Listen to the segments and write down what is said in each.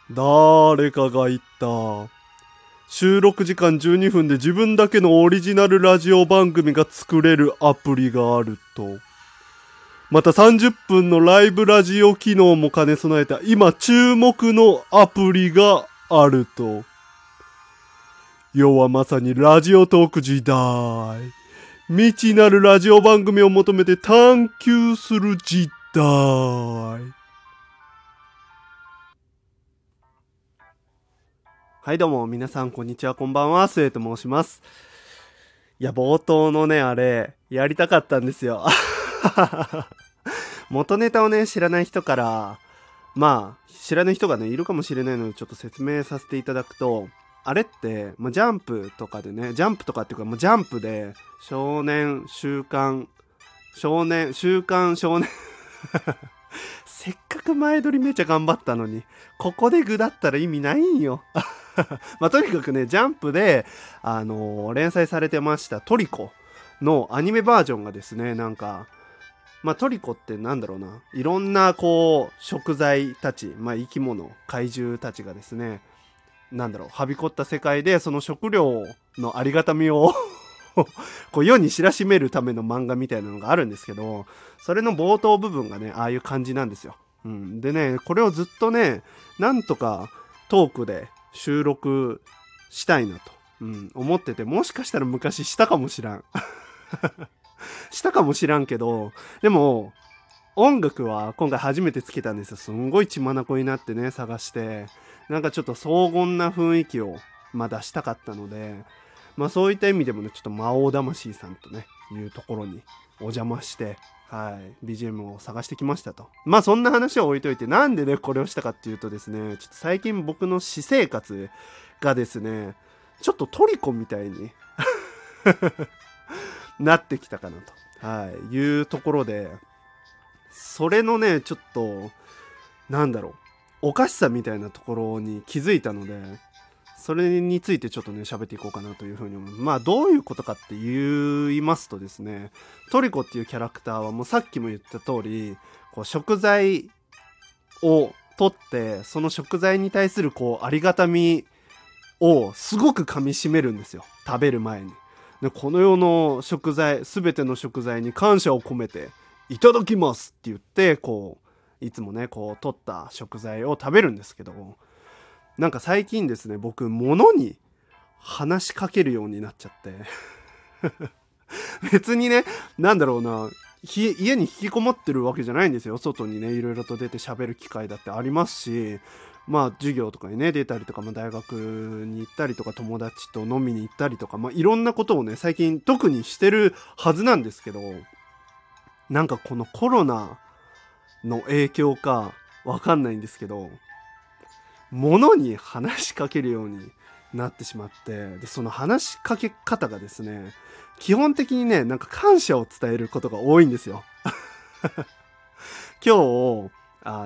誰かが言った。収録時間12分で自分だけのオリジナルラジオ番組が作れるアプリがあると。また30分のライブラジオ機能も兼ね備えた今注目のアプリがあると。世はまさにラジオトーク時代。未知なるラジオ番組を求めて探求する時代。はいどうも皆さんこんにちは、こんばんは、スエと申します。いや冒頭のねあれやりたかったんですよ。元ネタをね知らない人から、知らない人がねいるかもしれないのでちょっと説明させていただくと、あれって、ジャンプとかでね、ジャンプとかっていうか、ジャンプで少年週刊少年せっかく前撮りめちゃ頑張ったのにここで具だったら意味ないんよ。とにかくねジャンプで連載されてましたトリコのアニメバージョンがですね、トリコってなんだろうな、いろんなこう食材たち、生き物怪獣たちがですね、はびこった世界でその食料のありがたみをこう世に知らしめるための漫画みたいなのがあるんですけど、それの冒頭部分がねああいう感じなんですよ。でねこれをずっとねなんとかトークで収録したいなと、思ってて、もしかしたら昔したかもしらんしたかもしらんけど、でも音楽は今回初めてつけたんですよ。すんごい血眼になってね探して、ちょっと荘厳な雰囲気を出したかったので、そういった意味でもねちょっと魔王魂さんとねいうところにお邪魔して、BGM を探してきましたと。そんな話は置いといて、なんでねこれをしたかっていうとですね、ちょっと最近僕の私生活がですねちょっとトリコみたいになってきたかなと、いうところで、それのねちょっとおかしさみたいなところに気づいたので、それについてちょっとね喋っていこうかなというふうに思う。どういうことかって言いますとですね、トリコっていうキャラクターはもうさっきも言った通り、こう食材を取ってその食材に対するこうありがたみをすごく噛み締めるんですよ、食べる前に。でこの世の食材、全ての食材に感謝を込めていただきますって言って、こういつもねこう取った食材を食べるんですけど、最近ですね僕物に話しかけるようになっちゃって別にね家に引きこもってるわけじゃないんですよ。外にねいろいろと出て喋る機会だってありますし、授業とかにね出たりとか、大学に行ったりとか友達と飲みに行ったりとか、いろんなことをね最近特にしてるはずなんですけど、このコロナの影響かわかんないんですけど、物に話しかけるようになってしまって、でその話しかけ方がですね基本的にね感謝を伝えることが多いんですよ。今日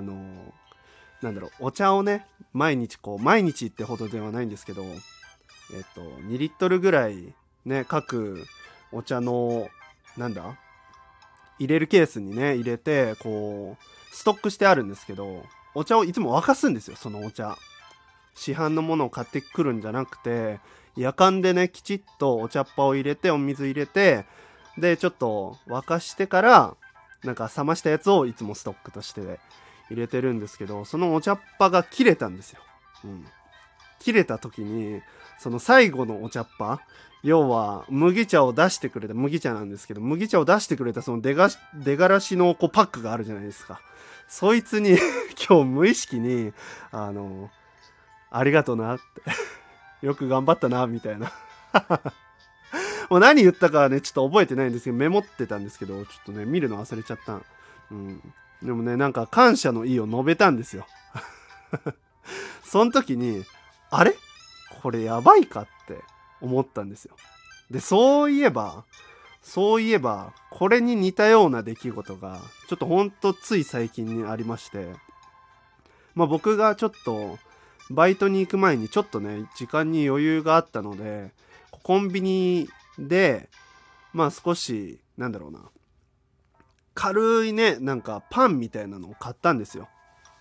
お茶をね毎日ってほどではないんですけど、2リットルぐらいね各お茶の入れるケースにね入れてこうストックしてあるんですけど、お茶をいつも沸かすんですよ。そのお茶市販のものを買ってくるんじゃなくて、やかんでねきちっとお茶っ葉を入れてお水入れて、でちょっと沸かしてから冷ましたやつをいつもストックとして入れてるんですけど、そのお茶っ葉が切れたんですよ。切れた時にその最後のお茶っ葉、要は麦茶を出してくれた、麦茶なんですけど麦茶を出してくれたその出がらしのこうパックがあるじゃないですか。そいつに今日無意識にありがとなってよく頑張ったなみたいなもう何言ったかはねちょっと覚えてないんですけど、メモってたんですけどちょっとね見るの忘れちゃった。でもね感謝の意を述べたんですよ。その時にあれこれやばいかって思ったんですよ。でそういえばこれに似たような出来事がちょっとほんとつい最近にありまして、僕がちょっとバイトに行く前にちょっとね時間に余裕があったので、コンビニで少し軽いねパンみたいなのを買ったんですよ。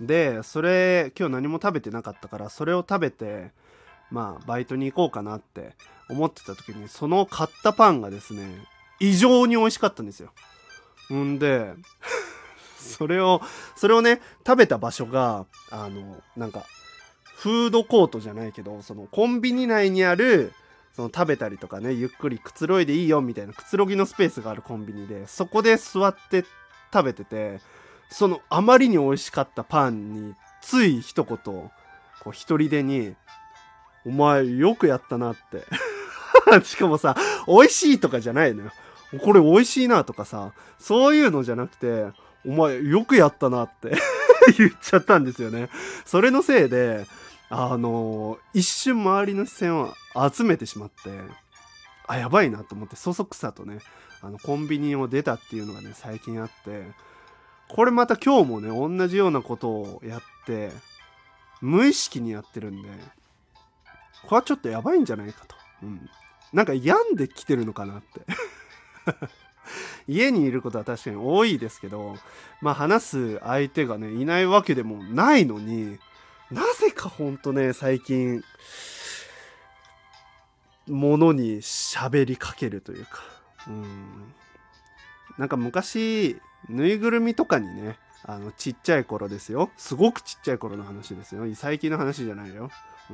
でそれ今日何も食べてなかったから、それを食べてまあバイトに行こうかなって思ってた時に、その買ったパンがですね異常に美味しかったんですよ。んでそれをね食べた場所がなんかフードコートじゃないけど、そのコンビニ内にあるその食べたりとかね、ゆっくりくつろいでいいよみたいなくつろぎのスペースがあるコンビニで、そこで座って食べてて、そのあまりに美味しかったパンについ一言こう一人でに「お前よくやったな」ってしかもさ、美味しいとかじゃないのよ、これ美味しいなとかさ、そういうのじゃなくて「お前よくやったな」って言っちゃったんですよね。それのせいで一瞬周りの視線を集めてしまって、やばいなと思って、そそくさとねコンビニを出たっていうのがね最近あって、これまた今日もね同じようなことをやって無意識にやってるんで、これはちょっとやばいんじゃないかと、なんか病んできてるのかなって家にいることは確かに多いですけど、まあ話す相手がねいないわけでもないのに、なぜかほんとね最近物に喋りかけるというか、なんか昔ぬいぐるみとかにねちっちゃい頃ですよ、すごくちっちゃい頃の話ですよ、最近の話じゃないよ、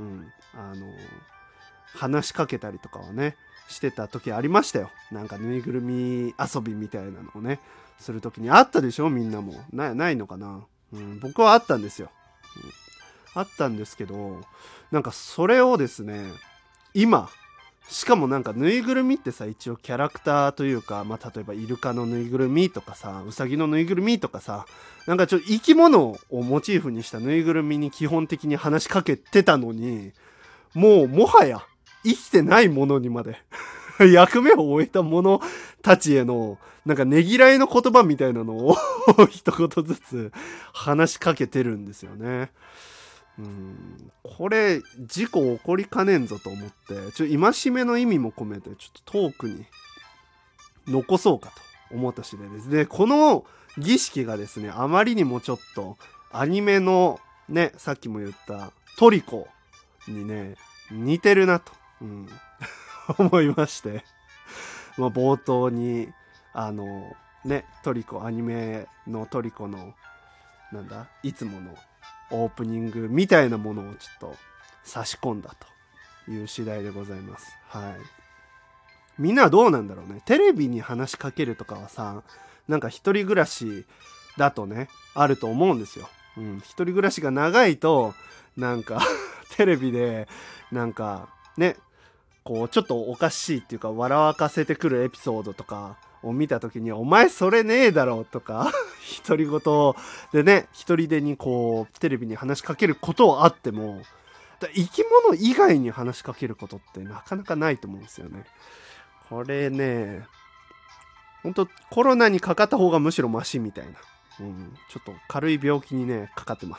話しかけたりとかはねしてた時ありましたよ。なんかぬいぐるみ遊びみたいなのをねする時にあったでしょ、みんなもないのかな、僕はあったんですよ、あったんですけど、なんかそれをですね今、しかもなんかぬいぐるみってさ、一応キャラクターというか、まあ例えばイルカのぬいぐるみとかさ、ウサギのぬいぐるみとかさ、なんかちょっと生き物をモチーフにしたぬいぐるみに基本的に話しかけてたのに、もはや生きてないものにまで役目を終えた者たちへのなんかねぎらいの言葉みたいなのを一言ずつ話しかけてるんですよね。これ事故起こりかねんぞと思って、戒めの意味も込めてちょっとトークに残そうかと思った次第です。でこの儀式がですねあまりにもちょっとアニメのね、さっきも言ったトリコにね似てるなと、思いまして、冒頭にトリコ、アニメのトリコのなんだいつものオープニングみたいなものをちょっと差し込んだという次第でございます。みんなはどうなんだろうね。テレビに話しかけるとかはさ、なんか一人暮らしだとねあると思うんですよ。一人暮らしが長いとなんかテレビでなんかねこうちょっとおかしいっていうか笑わかせてくるエピソードとかを見た時に、お前それねえだろとか独り言でね一人でにこうテレビに話しかけることはあっても、生き物以外に話しかけることってなかなかないと思うんですよね。これねほんとコロナにかかった方がむしろマシみたいな、ちょっと軽い病気にねかかってます。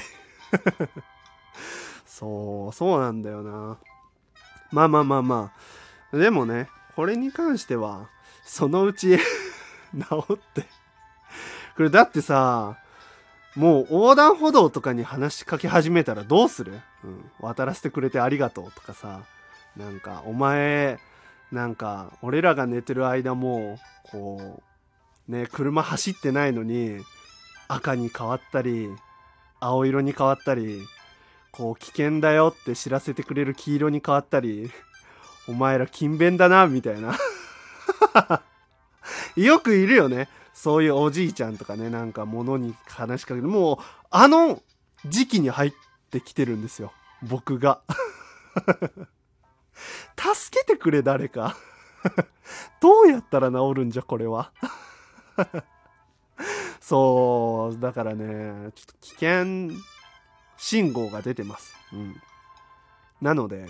そうなんだよな。まあでもねこれに関してはそのうち治ってこれだってさ、もう横断歩道とかに話しかけ始めたらどうする？渡らせてくれてありがとうとかさ、なんかお前なんか俺らが寝てる間もこうね車走ってないのに赤に変わったり青色に変わったり、こう危険だよって知らせてくれる黄色に変わったり、お前ら勤勉だなみたいなよくいるよね、そういうおじいちゃんとかね、なんか物に話しかける、もうあの時期に入ってきてるんですよ僕が助けてくれ誰かどうやったら治るんじゃこれはそうだからねちょっと危険信号が出てます。なので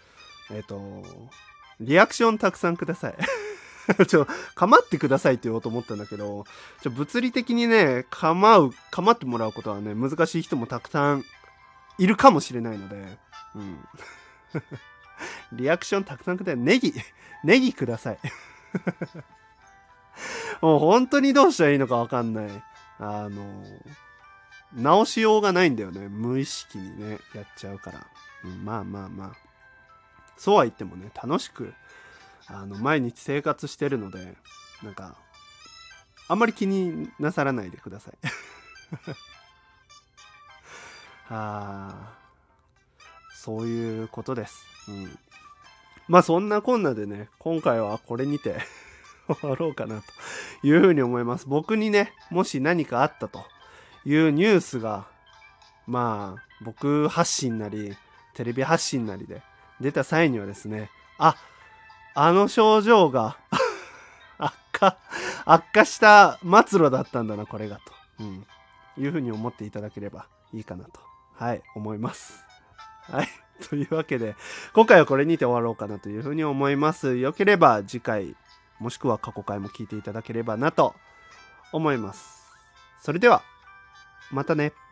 リアクションたくさんください構ってくださいって言おうと思ったんだけど、物理的にね構ってもらうことはね難しい人もたくさんいるかもしれないので、リアクションたくさんください。ネギくださいもう本当にどうしたらいいのか分かんない。 直しようがないんだよね。無意識にねやっちゃうから、まあそうは言ってもね、楽しく毎日生活してるので、なんかあんまり気になさらないでください。そういうことです。まあそんなこんなでね、今回はこれにて終わろうかなというふうに思います。僕にね、もし何かあったというニュースが、まあ僕発信なりテレビ発信なりで出た際にはですね、あの症状が悪化した末路だったんだなこれがと、いうふうに思っていただければいいかなと思います。というわけで今回はこれにて終わろうかなというふうに思います。よければ次回もしくは過去回も聞いていただければなと思います。それではまたね。